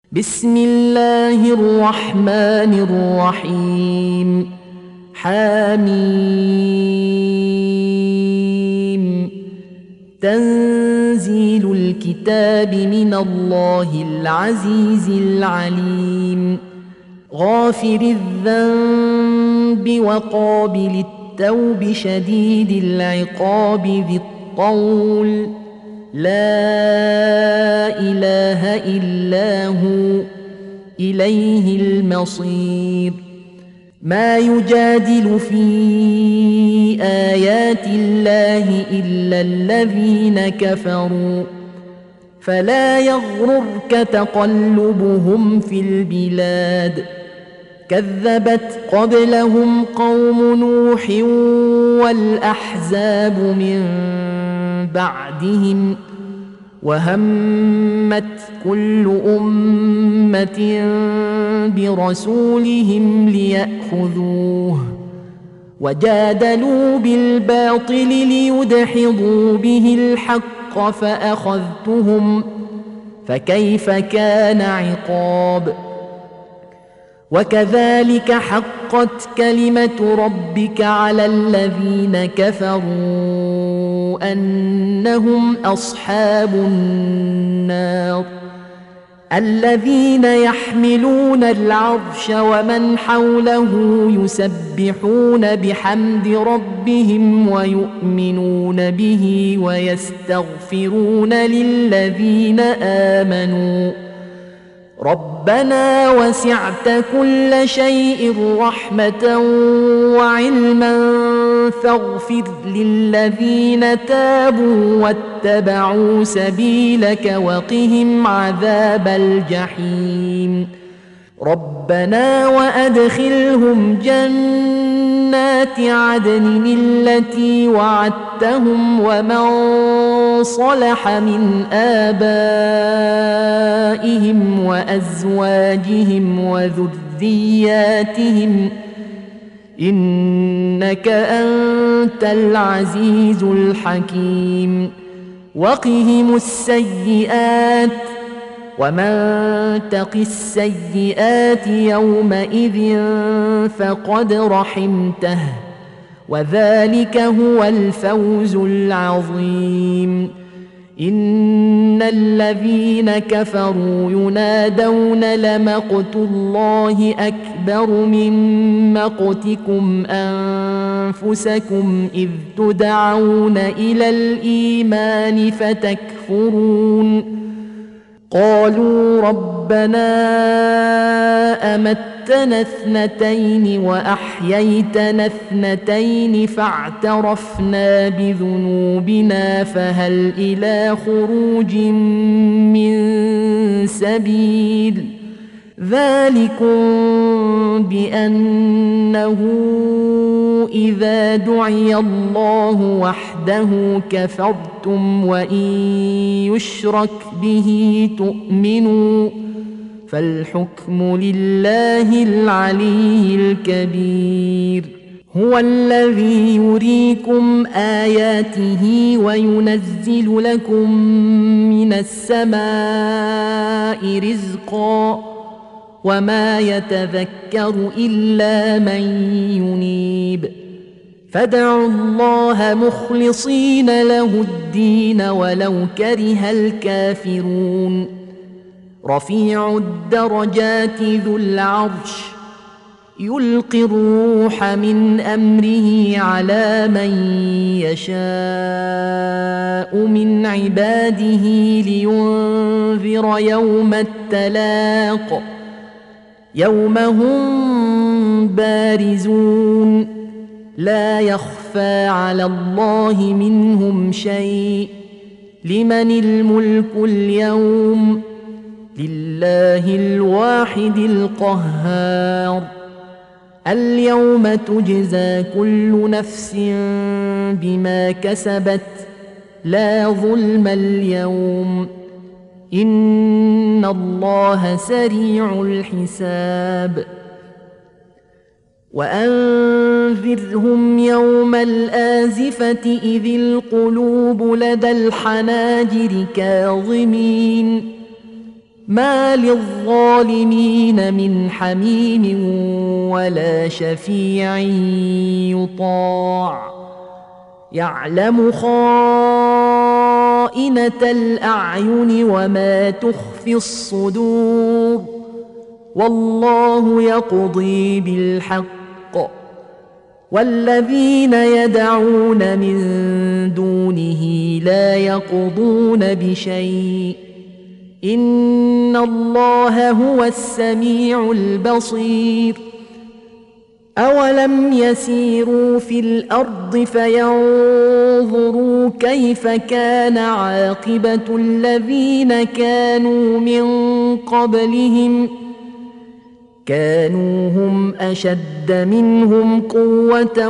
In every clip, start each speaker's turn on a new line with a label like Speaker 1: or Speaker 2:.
Speaker 1: بسم الله الرحمن الرحيم. حميم. تنزيل الكتاب من الله العزيز العليم. غافر الذنب وقابل التوب شديد العقاب ذي الطول لا إله إلا هو إليه المصير. ما يجادل في آيات الله إلا الذين كفروا فلا يغررك تقلبهم في البلاد. كذبت قبلهم قوم نوح والأحزاب من بعدهم وهمت كل أمة برسولهم ليأخذوه وجادلوا بالباطل ليدحضوا به الحق فأخذتهم فكيف كان عقاب. وكذلك حقت كلمة ربك على الذين كفروا أنهم أصحاب النار. الذين يحملون العرش ومن حوله يسبحون بحمد ربهم ويؤمنون به ويستغفرون للذين آمنوا ربنا وسعت كل شيء رحمة وعلما فاغفر للذين تابوا واتبعوا سبيلك وقهم عذاب الجحيم. ربنا وأدخلهم جنات عدن التي وعدتهم ومن صلح من آبائهم وأزواجهم وذرياتهم إنك أنت العزيز الحكيم. وقهم السيئات ومن تق السيئات يومئذ فقد رحمته وذلك هو الفوز العظيم. إن الذين كفروا ينادون لمقت الله أكبر من مقتكم أنفسكم إذ تدعون إلى الإيمان فتكفرون. قالوا ربنا أمتنا اثنتين وأحييتنا اثنتين فاعترفنا بذنوبنا فهل إلى خروج من سبيل. ذلكم بأنه إذا دعي الله وحده كفرتم وإن يشرك به تؤمنوا فالحكم لله العلي الكبير. هو الذي يريكم آياته وينزل لكم من السماء رزقا وما يتذكر إلا من ينيب. فادعوا الله مخلصين له الدين ولو كره الكافرون. رفيع الدرجات ذو العرش يلقي الروح من أمره على من يشاء من عباده لينذر يوم التلاق يوم هم بارزون لا يخفى على الله منهم شيء. لمن الملك اليوم؟ لله الواحد القهار. اليوم تجزى كل نفس بما كسبت لا ظلم اليوم إن الله سريع الحساب. وأنذرهم يوم الآزفة إذ القلوب لدى الحناجر كاظمين ما للظالمين من حميم ولا شفيع يطاع يعلم خائنة الأعين وما تخفي الصدور والله يقضي بالحق والذين يدعون من دونه لا يقضون بشيء إن الله هو السميع البصير أولم يسيروا في الأرض فينظروا كيف كان عاقبة الذين كانوا من قبلهم كانوا هم أشد منهم قوة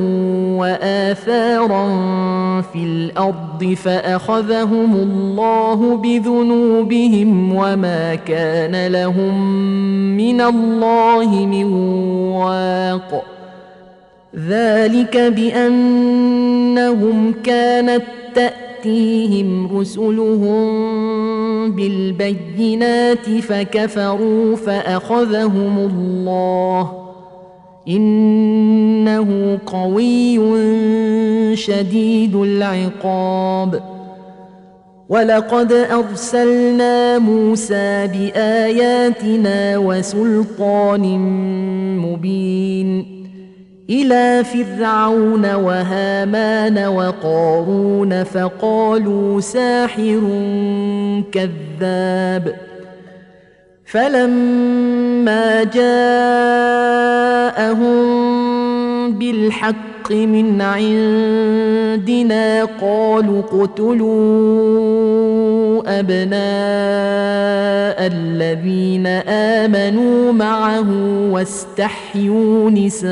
Speaker 1: وآثارا في الأرض فأخذهم الله بذنوبهم وما كان لهم من الله من واق ذلك بأنهم كانت تأتيهم رسلهم بالبينات فكفروا فأخذهم الله إنه قوي شديد العقاب ولقد أرسلنا موسى بآياتنا وسلطان مبين إلى فرعون وهامان وقارون فقالوا ساحر كذاب فلما جاءهم بالحق من عندنا قالوا اقتلوا أبناء الذين آمنوا معه واستحيوا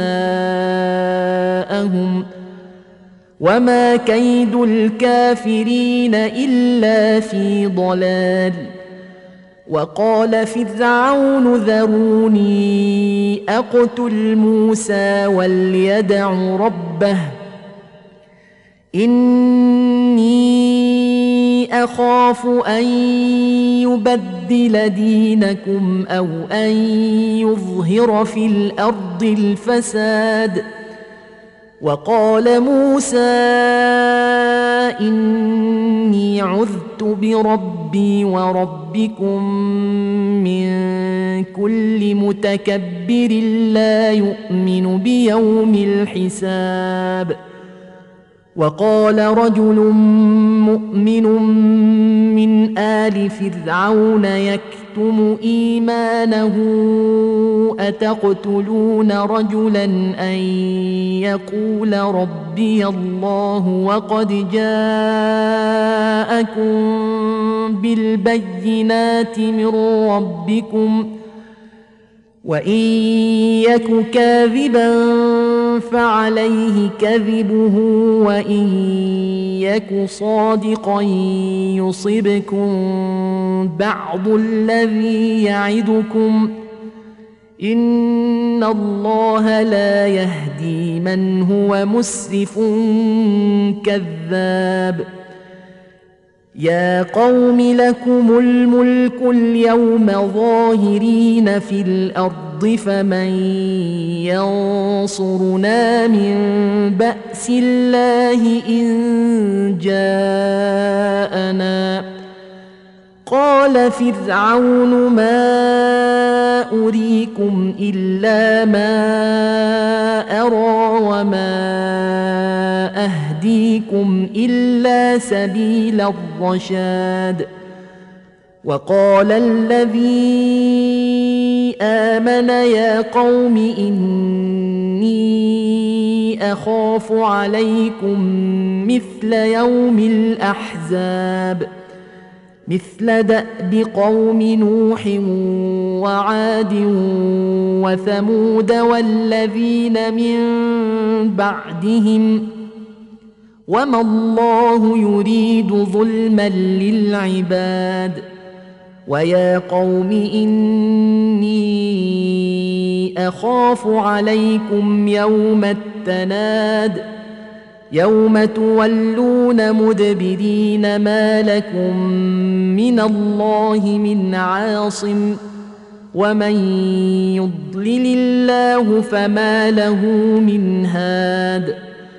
Speaker 1: نساءهم وما كيد الكافرين إلا في ضلال وقال فرعون ذروني أقتل موسى وليدع ربه إني أخاف أن يبدل دينكم أو أن يظهر في الأرض الفساد وقال موسى إني عذت بربي وربكم من كل متكبر لا يؤمن بيوم الحساب وقال رجل مؤمن من آل فرعون يكتم إيمانه أتقتلون رجلا أن يقول ربي الله وقد جاءكم بالبينات من ربكم وإن يك كاذبا فعليه كذبه وإن يك صادقا يصبكم بعض الذي يعدكم إن الله لا يهدي من هو مسرف كذاب يا قوم لكم الملك اليوم ظاهرين في الأرض فمن ينصرنا من بأس الله إن جاءنا قال فرعون ما أريكم إلا ما أرى وما أهديكم إلا سبيل الرشاد وقال الذي آمن يا قوم إني أخاف عليكم مثل يوم الأحزاب مثل دأب قوم نوح وعاد وثمود والذين من بعدهم وما الله يريد ظلما للعباد ويا قوم إني أخاف عليكم يوم التناد يوم تولون مدبرين ما لكم من الله من عاصم ومن يضلل الله فما له من هاد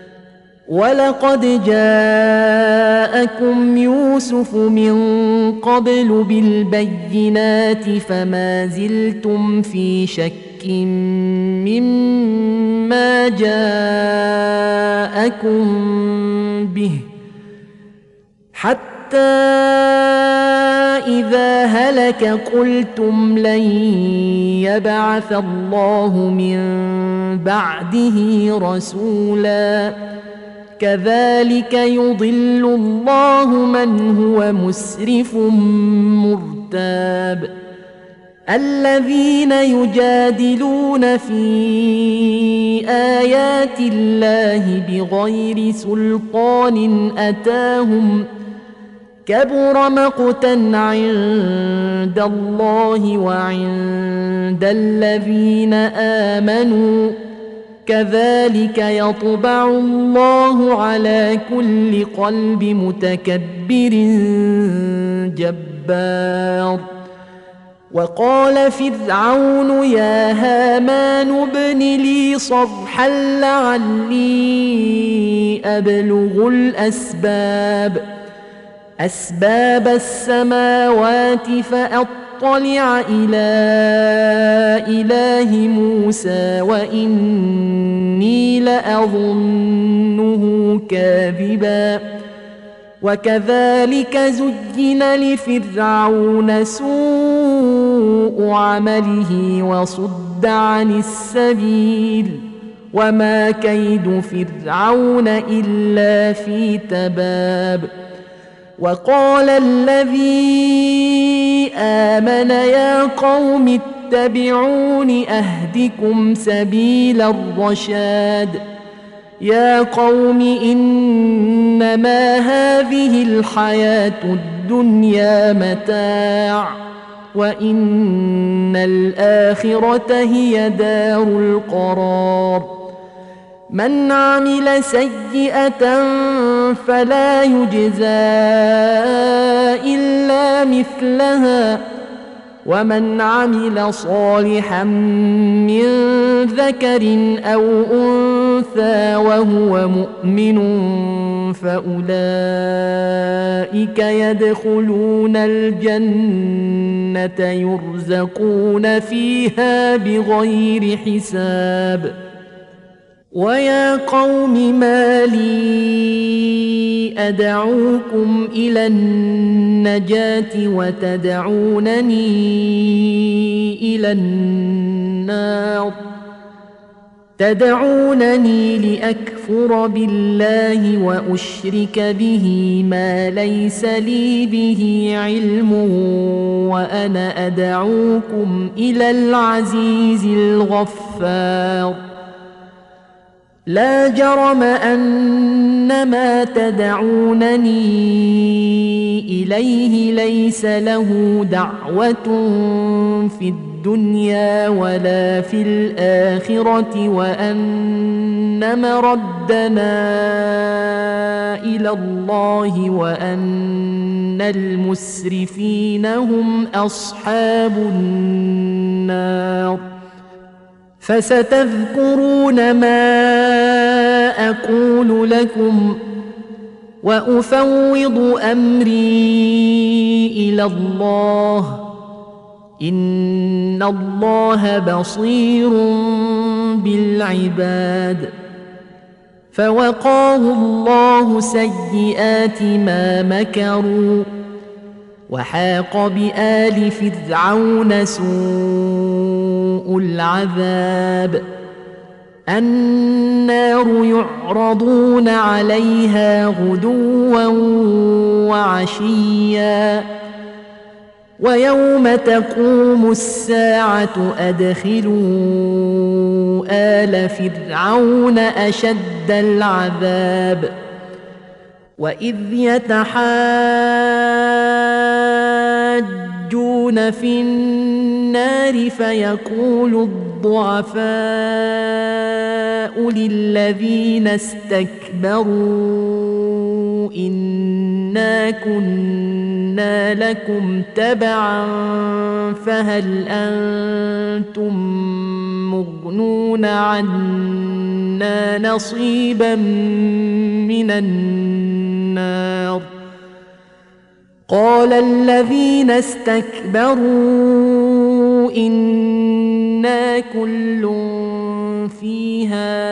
Speaker 1: ولقد جاءكم يوسف من قبل بالبينات فما زلتم في شك مما جاءكم به حتى إذا هلك قلتم لن يبعث الله من بعده رسولا كذلك يضل الله من هو مسرف مرتاب الذين يجادلون في آيات الله بغير سلطان أتاهم كبر مقتا عند الله وعند الذين آمنوا كذلك يطبع الله على كل قلب متكبر جبار وقال فرعون يا هامان ابن لي صرحا لعلي أبلغ أسباب السماوات فأطلع إلى إله موسى وإني لأظنه كاذبا وكذلك زين لفرعون سوء عمله وصد عن السبيل وما كيد فرعون إلا في تباب وقال الذي آمن يا قوم اتبعون أهدكم سبيل الرشاد يا قوم إنما هذه الحياة الدنيا متاع وإن الآخرة هي دار القرار من عمل سيئة فلا يجزى إلا مثلها ومن عمل صالحا من ذكر أو أنثى وهو مؤمن فأولئك يدخلون الجنة يرزقون فيها بغير حساب ويا قوم ما لي أدعوكم إلى النجاة وتدعونني إلى النار تدعونني لأكفر بالله وأشرك به ما ليس لي به علم وأنا أدعوكم إلى العزيز الغفار لا جرم أن ما تدعونني إليه ليس له دعوة في الدنيا ولا في الآخرة وأن مردنا إلى الله وأن المسرفين هم أصحاب النار فستذكرون ما أقول لكم وأفوض أمري إلى الله إن الله بصير بالعباد فوقاه الله سيئات ما مكروا وحاق بآل فرعون سوء العذاب النار يعرضون عليها غدوا وعشيا ويوم تقوم الساعة أدخلوا آل فرعون أشد العذاب وإذ يتحاجون يسقطون في النار فيقول الضعفاء للذين استكبروا إنا كنا لكم تبعا فهل أنتم مغنون عنا نصيبا من النار قال الذين استكبروا إنا كل فيها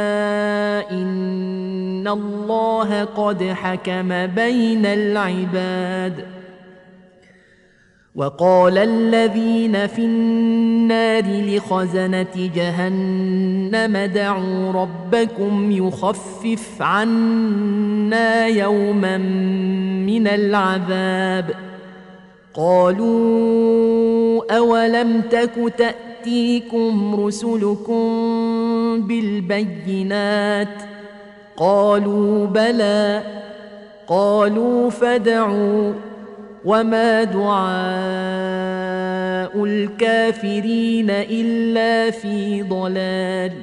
Speaker 1: إن الله قد حكم بين العباد وقال الذين في النار لخزنة جهنم ادعوا ربكم يخفف عنا يوما من العذاب قالوا أولم تك تأتيكم رسلكم بالبينات قالوا بلى قالوا فادعوا وما دعاء الكافرين إلا في ضلال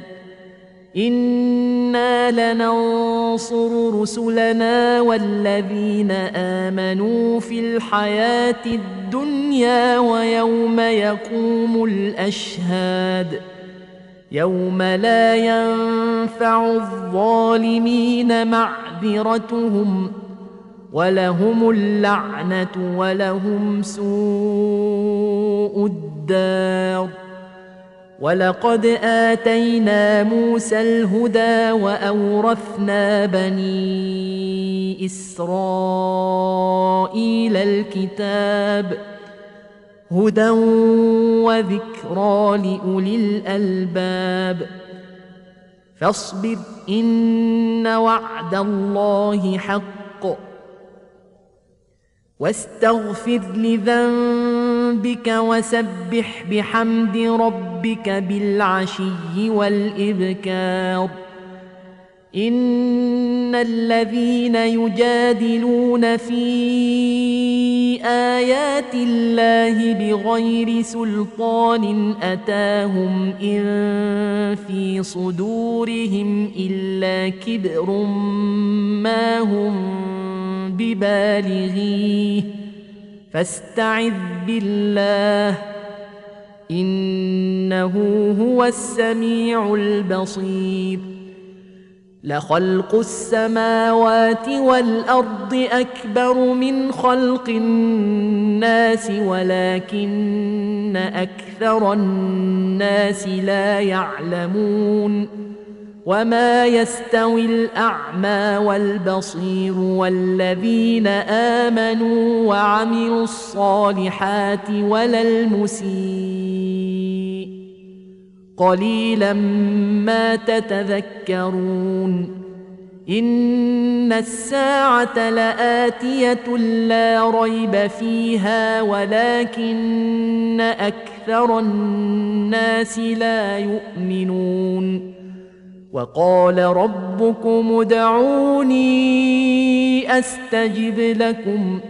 Speaker 1: إنا لننصر رسلنا والذين آمنوا في الحياة الدنيا ويوم يقوم الأشهاد يوم لا ينفع الظالمين معذرتهم ولهم اللعنة ولهم سوء الدار ولقد آتينا موسى الهدى وأورثنا بني إسرائيل الكتاب هدى وذكرى لأولي الألباب فاصبر إن وعد الله حق واستغفر لذنبك وسبح بحمد ربك بالعشي والإبكار إن الذين يجادلون في آيات الله بغير سلطان أتاهم إن في صدورهم إلا كبر ما هم ببالغيه فاستعذ بالله إنه هو السميع البصير لخلق السماوات والأرض أكبر من خلق الناس ولكن أكثر الناس لا يعلمون وما يستوي الأعمى والبصير والذين آمنوا وعملوا الصالحات ولا المسيء قليلا ما تتذكرون إن الساعة لآتية لا ريب فيها ولكن أكثر الناس لا يؤمنون وقال ربكم ادعوني أستجب لكم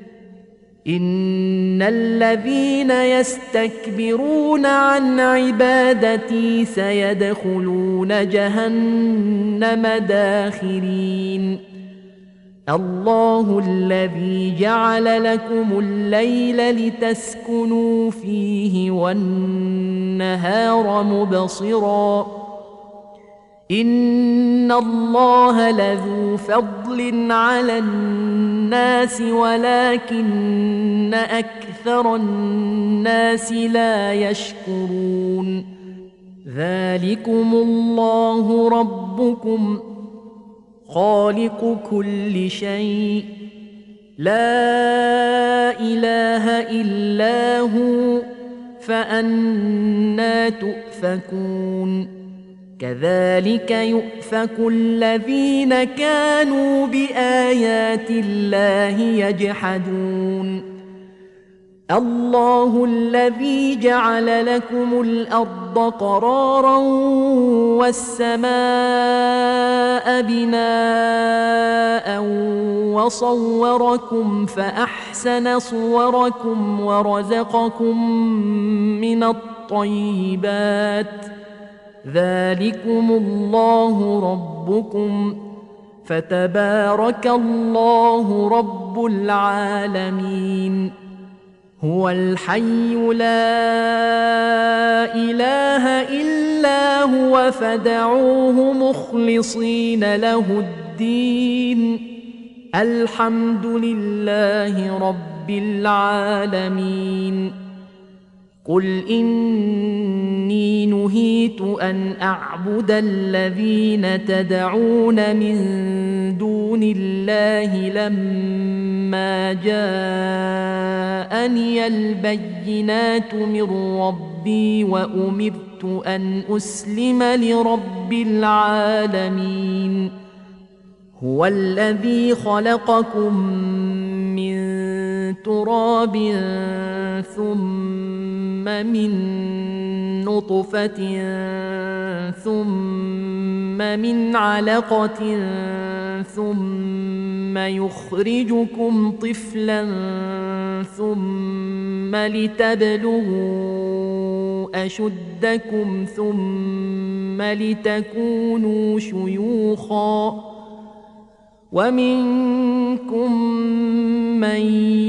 Speaker 1: إن الذين يستكبرون عن عبادتي سيدخلون جهنم داخرين الله الذي جعل لكم الليل لتسكنوا فيه والنهار مبصراً إن الله لذو فضل على الناس ولكن أكثر الناس لا يشكرون ذلكم الله ربكم خالق كل شيء لا إله إلا هو فأنى تؤفكون كذلك يؤفك الذين كانوا بآيات الله يجحدون الله الذي جعل لكم الأرض قرارا والسماء بناء وصوركم فأحسن صوركم ورزقكم من الطيبات ذلكم الله ربكم فتبارك الله رب العالمين هو الحي لا إله إلا هو فادعوه مخلصين له الدين الحمد لله رب العالمين قل إني نهيت أن أعبد الذين تدعون من دون الله لما جاءني البينات من ربي وأمرت أن أسلم لرب العالمين هو الذي خلقكم من تراب ثم من نطفة ثم من علقة ثم يخرجكم طفلا ثم لتبلغوا أشدكم ثم لتكونوا شيوخا ومنكم من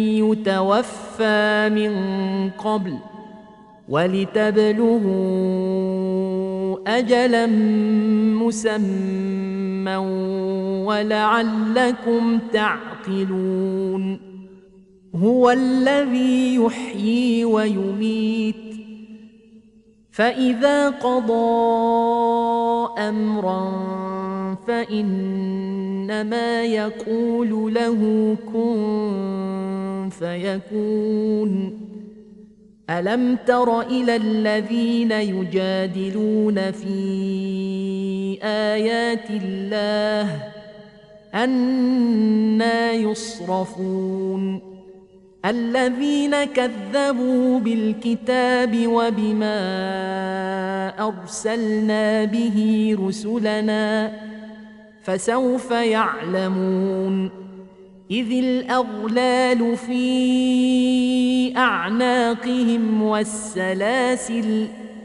Speaker 1: يتوفى من قبل ولتبلغوا أجلا مسمى ولعلكم تعقلون هو الذي يحيي ويميت فإذا قضى أمرا فإنما يقول له كن فيكون ألم تر إلى الذين يجادلون في آيات الله أنى يصرفون الذين كذبوا بالكتاب وبما أرسلنا به رسلنا فسوف يعلمون إذ الأغلال في أعناقهم والسلاسل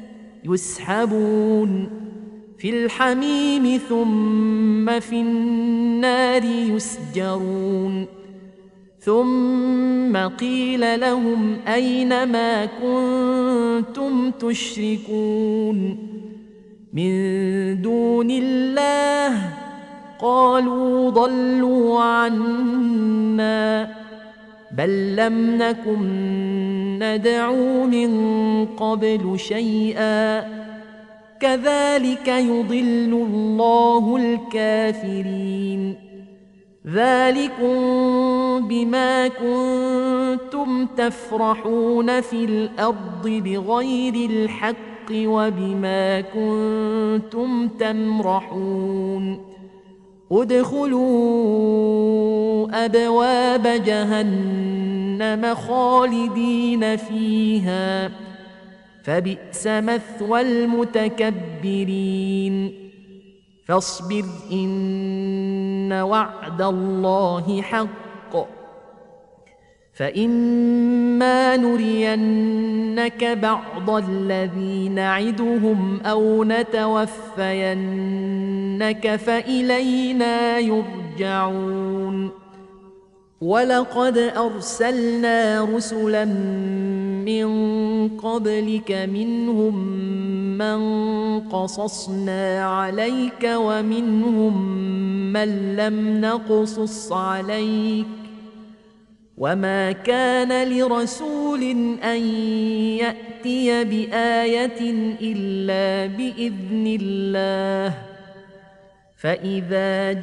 Speaker 1: يسحبون في الحميم ثم في النار يسجرون ثم قيل لهم أين ما كنتم تشركون من دون الله قالوا ضلوا عنا بل لم نكن ندعو من قبل شيئا كذلك يضل الله الكافرين ذلكم بما كنتم تفرحون في الأرض بغير الحق وبما كنتم تمرحون ادخلوا أبواب جهنم خالدين فيها فبئس مثوى المتكبرين فاصبر إن وعد الله حق فإما نرينك بعض الذي نعدهم أو نتوفينك فإلينا يرجعون ولقد أرسلنا رسلا من قبلك منهم من قصصنا عليك ومنهم من لم نقصص عليك وما كان لرسول أن يأتي بآية إلا بإذن الله فإذا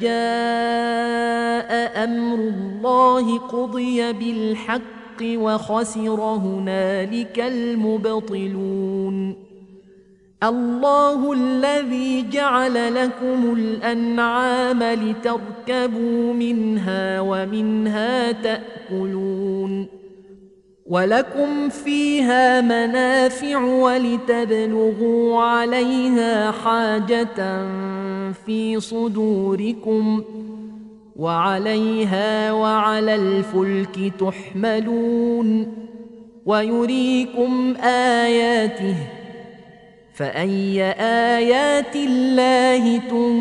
Speaker 1: جاء أمر الله قضي بالحق وخسر هنالك المبطلون الله الذي جعل لكم الأنعام لتركبوا منها ومنها تأكلون ولكم فيها منافع ولتبلغوا عليها حاجة في صدوركم وعليها وعلى الفلك تحملون ويريكم آياته فأي آيات الله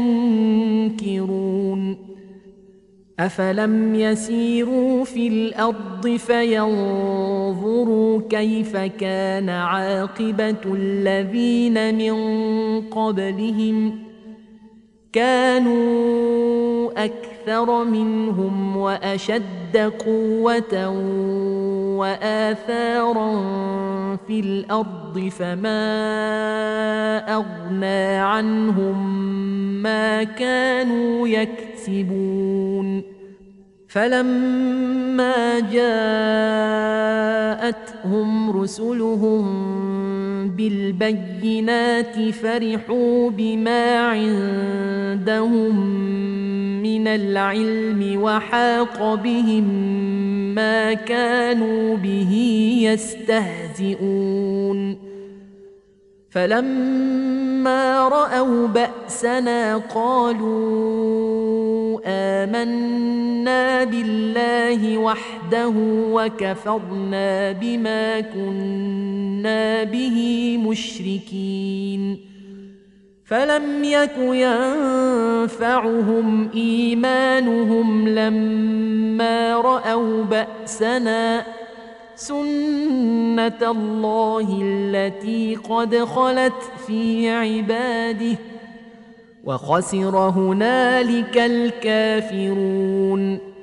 Speaker 1: تنكرون أفلم يسيروا في الأرض فينظروا كيف كان عاقبة الذين من قبلهم كانوا أكثر منهم وأشد قوة وآثارا في الأرض فما أغنى عنهم ما كانوا يكسبون فلما جاءتهم رسلهم بالبينات فرحوا بما عندهم من العلم وحاق بهم ما كانوا به يستهزئون فلما رأوا بأسنا قالوا آمنا بالله وحده وكفرنا بما كنا به مشركين فلم يك ينفعهم إيمانهم لما رأوا بأسنا سنة الله التي قد خلت في عباده وخسر هنالك الكافرون